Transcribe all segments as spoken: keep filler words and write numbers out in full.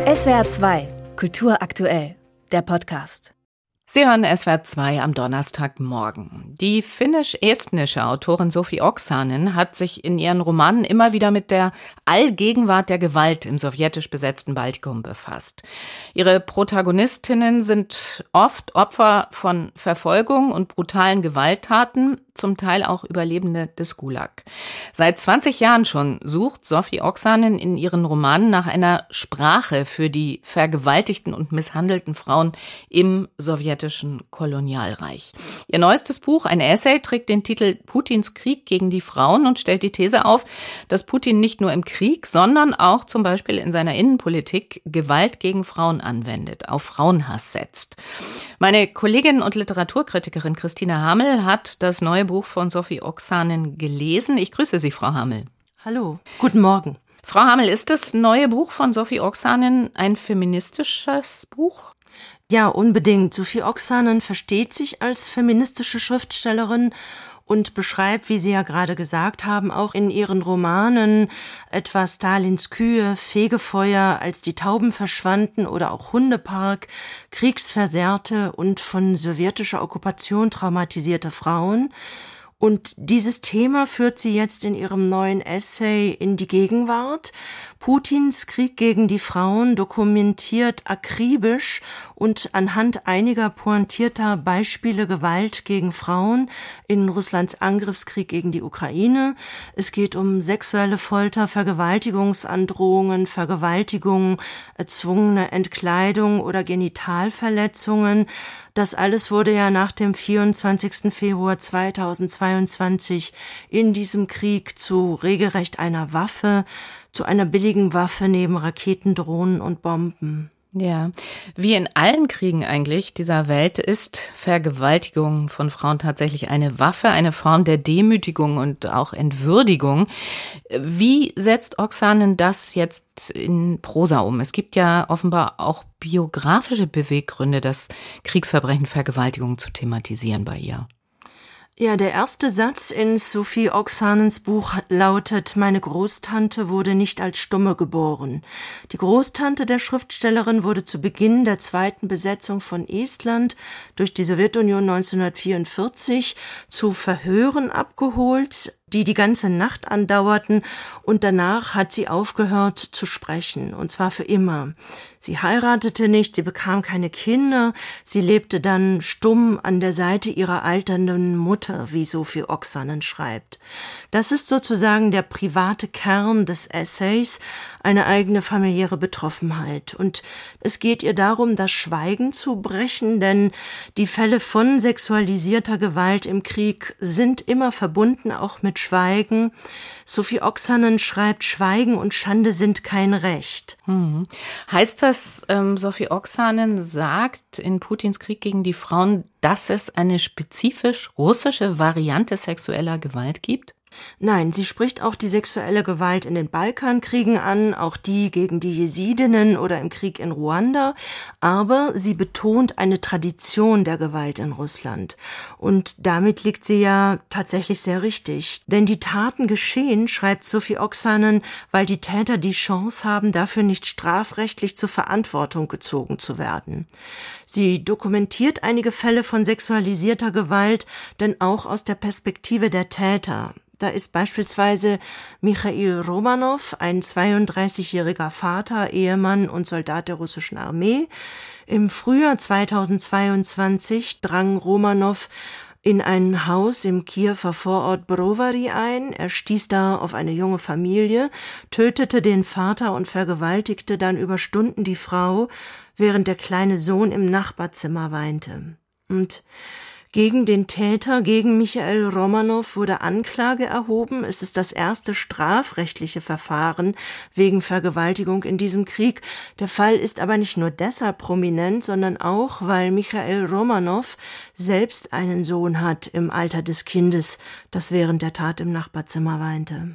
S W R zwei, Kultur aktuell, der Podcast. Sie hören S W R zwei am Donnerstagmorgen. Die finnisch-estnische Autorin Sofi Oksanen hat sich in ihren Romanen immer wieder mit der Allgegenwart der Gewalt im sowjetisch besetzten Baltikum befasst. Ihre Protagonistinnen sind oft Opfer von Verfolgung und brutalen Gewalttaten, zum Teil auch Überlebende des Gulag. Seit zwanzig Jahren schon sucht Sofi Oksanen in ihren Romanen nach einer Sprache für die vergewaltigten und misshandelten Frauen im sowjetischen Kolonialreich. Ihr neuestes Buch, ein Essay, trägt den Titel Putins Krieg gegen die Frauen und stellt die These auf, dass Putin nicht nur im Krieg, sondern auch zum Beispiel in seiner Innenpolitik Gewalt gegen Frauen anwendet, auf Frauenhass setzt. Meine Kollegin und Literaturkritikerin Christina Hamel hat das neue Buch von Sofi Oksanen gelesen. Ich grüße Sie, Frau Hamel. Hallo, guten Morgen. Frau Hamel, ist das neue Buch von Sofi Oksanen ein feministisches Buch? Ja, unbedingt. Sofi Oksanen versteht sich als feministische Schriftstellerin und beschreibt, wie Sie ja gerade gesagt haben, auch in ihren Romanen etwa Stalins Kühe, Fegefeuer, als die Tauben verschwanden oder auch Hundepark, kriegsversehrte und von sowjetischer Okkupation traumatisierte Frauen. Und dieses Thema führt sie jetzt in ihrem neuen Essay in die Gegenwart. Putins Krieg gegen die Frauen dokumentiert akribisch und anhand einiger pointierter Beispiele Gewalt gegen Frauen in Russlands Angriffskrieg gegen die Ukraine. Es geht um sexuelle Folter, Vergewaltigungsandrohungen, Vergewaltigungen, erzwungene Entkleidung oder Genitalverletzungen. Das alles wurde ja nach dem vierundzwanzigsten Februar zweitausendzweiundzwanzig in diesem Krieg zu regelrecht einer Waffe, zu einer billigen Waffe neben Raketen, Drohnen und Bomben. Ja, wie in allen Kriegen eigentlich dieser Welt ist Vergewaltigung von Frauen tatsächlich eine Waffe, eine Form der Demütigung und auch Entwürdigung. Wie setzt Oksanen das jetzt in Prosa um? Es gibt ja offenbar auch biografische Beweggründe, das Kriegsverbrechen Vergewaltigung zu thematisieren bei ihr. Ja, der erste Satz in Sofi Oksanens Buch lautet: Meine Großtante wurde nicht als Stumme geboren. Die Großtante der Schriftstellerin wurde zu Beginn der zweiten Besetzung von Estland durch die Sowjetunion neunzehnhundertvierundvierzig zu Verhören abgeholt, die die ganze Nacht andauerten, und danach hat sie aufgehört zu sprechen, und zwar für immer. Sie heiratete nicht, sie bekam keine Kinder, sie lebte dann stumm an der Seite ihrer alternden Mutter, wie Sofi Oksanen schreibt. Das ist sozusagen der private Kern des Essays, eine eigene familiäre Betroffenheit. Und es geht ihr darum, das Schweigen zu brechen, denn die Fälle von sexualisierter Gewalt im Krieg sind immer verbunden auch mit Schweigen. Sofi Oksanen schreibt, Schweigen und Schande sind kein Recht. Hm. Heißt das, ähm, Sofi Oksanen sagt in Putins Krieg gegen die Frauen, dass es eine spezifisch russische Variante sexueller Gewalt gibt? Nein, sie spricht auch die sexuelle Gewalt in den Balkankriegen an, auch die gegen die Jesidinnen oder im Krieg in Ruanda, aber sie betont eine Tradition der Gewalt in Russland. Und damit liegt sie ja tatsächlich sehr richtig. Denn die Taten geschehen, schreibt Sofi Oksanen, weil die Täter die Chance haben, dafür nicht strafrechtlich zur Verantwortung gezogen zu werden. Sie dokumentiert einige Fälle von sexualisierter Gewalt, denn auch aus der Perspektive der Täter. Da ist beispielsweise Michail Romanow, ein zweiunddreißigjähriger Vater, Ehemann und Soldat der russischen Armee. Im Frühjahr zweitausendzweiundzwanzig drang Romanow in ein Haus im Kiewer Vorort Brovary ein. Er stieß da auf eine junge Familie, tötete den Vater und vergewaltigte dann über Stunden die Frau, während der kleine Sohn im Nachbarzimmer weinte. Und gegen den Täter, gegen Michail Romanow, wurde Anklage erhoben. Es ist das erste strafrechtliche Verfahren wegen Vergewaltigung in diesem Krieg. Der Fall ist aber nicht nur deshalb prominent, sondern auch, weil Michail Romanow selbst einen Sohn hat im Alter des Kindes, das während der Tat im Nachbarzimmer weinte.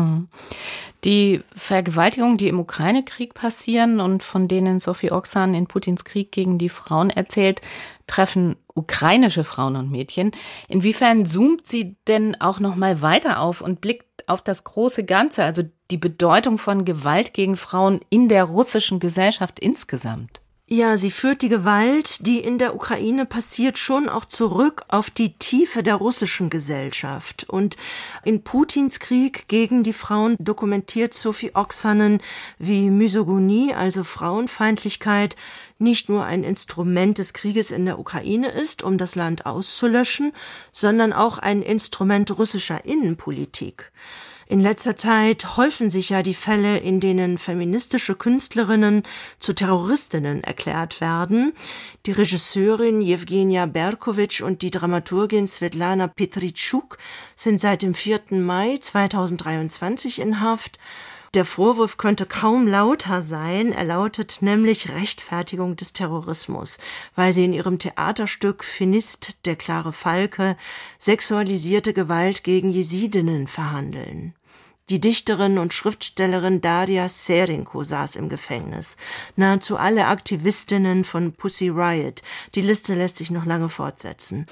Die Vergewaltigungen, die im Ukraine-Krieg passieren und von denen Sofi Oksanen in Putins Krieg gegen die Frauen erzählt, treffen ukrainische Frauen und Mädchen. Inwiefern zoomt sie denn auch noch mal weiter auf und blickt auf das große Ganze, also die Bedeutung von Gewalt gegen Frauen in der russischen Gesellschaft insgesamt? Ja, sie führt die Gewalt, die in der Ukraine passiert, schon auch zurück auf die Tiefe der russischen Gesellschaft. Und in Putins Krieg gegen die Frauen dokumentiert Sophie Oksanen, wie Misogynie, also Frauenfeindlichkeit, nicht nur ein Instrument des Krieges in der Ukraine ist, um das Land auszulöschen, sondern auch ein Instrument russischer Innenpolitik. In letzter Zeit häufen sich ja die Fälle, in denen feministische Künstlerinnen zu Terroristinnen erklärt werden. Die Regisseurin Jewgenia Berkowitsch und die Dramaturgin Svetlana Petritschuk sind seit dem vierten Mai zweitausenddreiundzwanzig in Haft. Der Vorwurf könnte kaum lauter sein, er lautet nämlich Rechtfertigung des Terrorismus, weil sie in ihrem Theaterstück Finist, der Klare Falke, sexualisierte Gewalt gegen Jesidinnen verhandeln. Die Dichterin und Schriftstellerin Daria Serenko saß im Gefängnis. Nahezu alle Aktivistinnen von Pussy Riot. Die Liste lässt sich noch lange fortsetzen.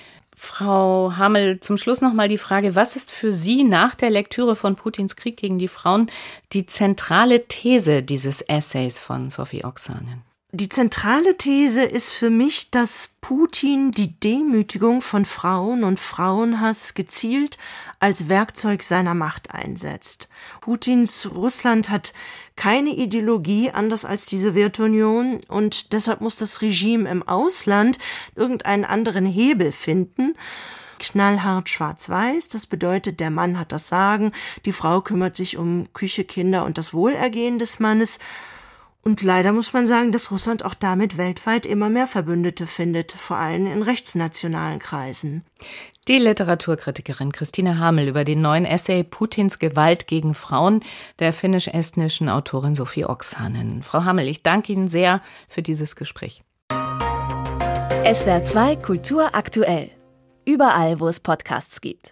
Frau Hammel, zum Schluss noch mal die Frage, was ist für Sie nach der Lektüre von Putins Krieg gegen die Frauen die zentrale These dieses Essays von Sophie Oksanen? Die zentrale These ist für mich, dass Putin die Demütigung von Frauen und Frauenhass gezielt als Werkzeug seiner Macht einsetzt. Putins Russland hat keine Ideologie, anders als die Sowjetunion, und deshalb muss das Regime im Ausland irgendeinen anderen Hebel finden. Knallhart schwarz-weiß, das bedeutet, der Mann hat das Sagen, die Frau kümmert sich um Küche, Kinder und das Wohlergehen des Mannes. Und leider muss man sagen, dass Russland auch damit weltweit immer mehr Verbündete findet, vor allem in rechtsnationalen Kreisen. Die Literaturkritikerin Christine Hammel über den neuen Essay Putins Gewalt gegen Frauen der finnisch-estnischen Autorin Sophie Oksanen. Frau Hammel, ich danke Ihnen sehr für dieses Gespräch. S W R zwei Kultur aktuell. Überall, wo es Podcasts gibt.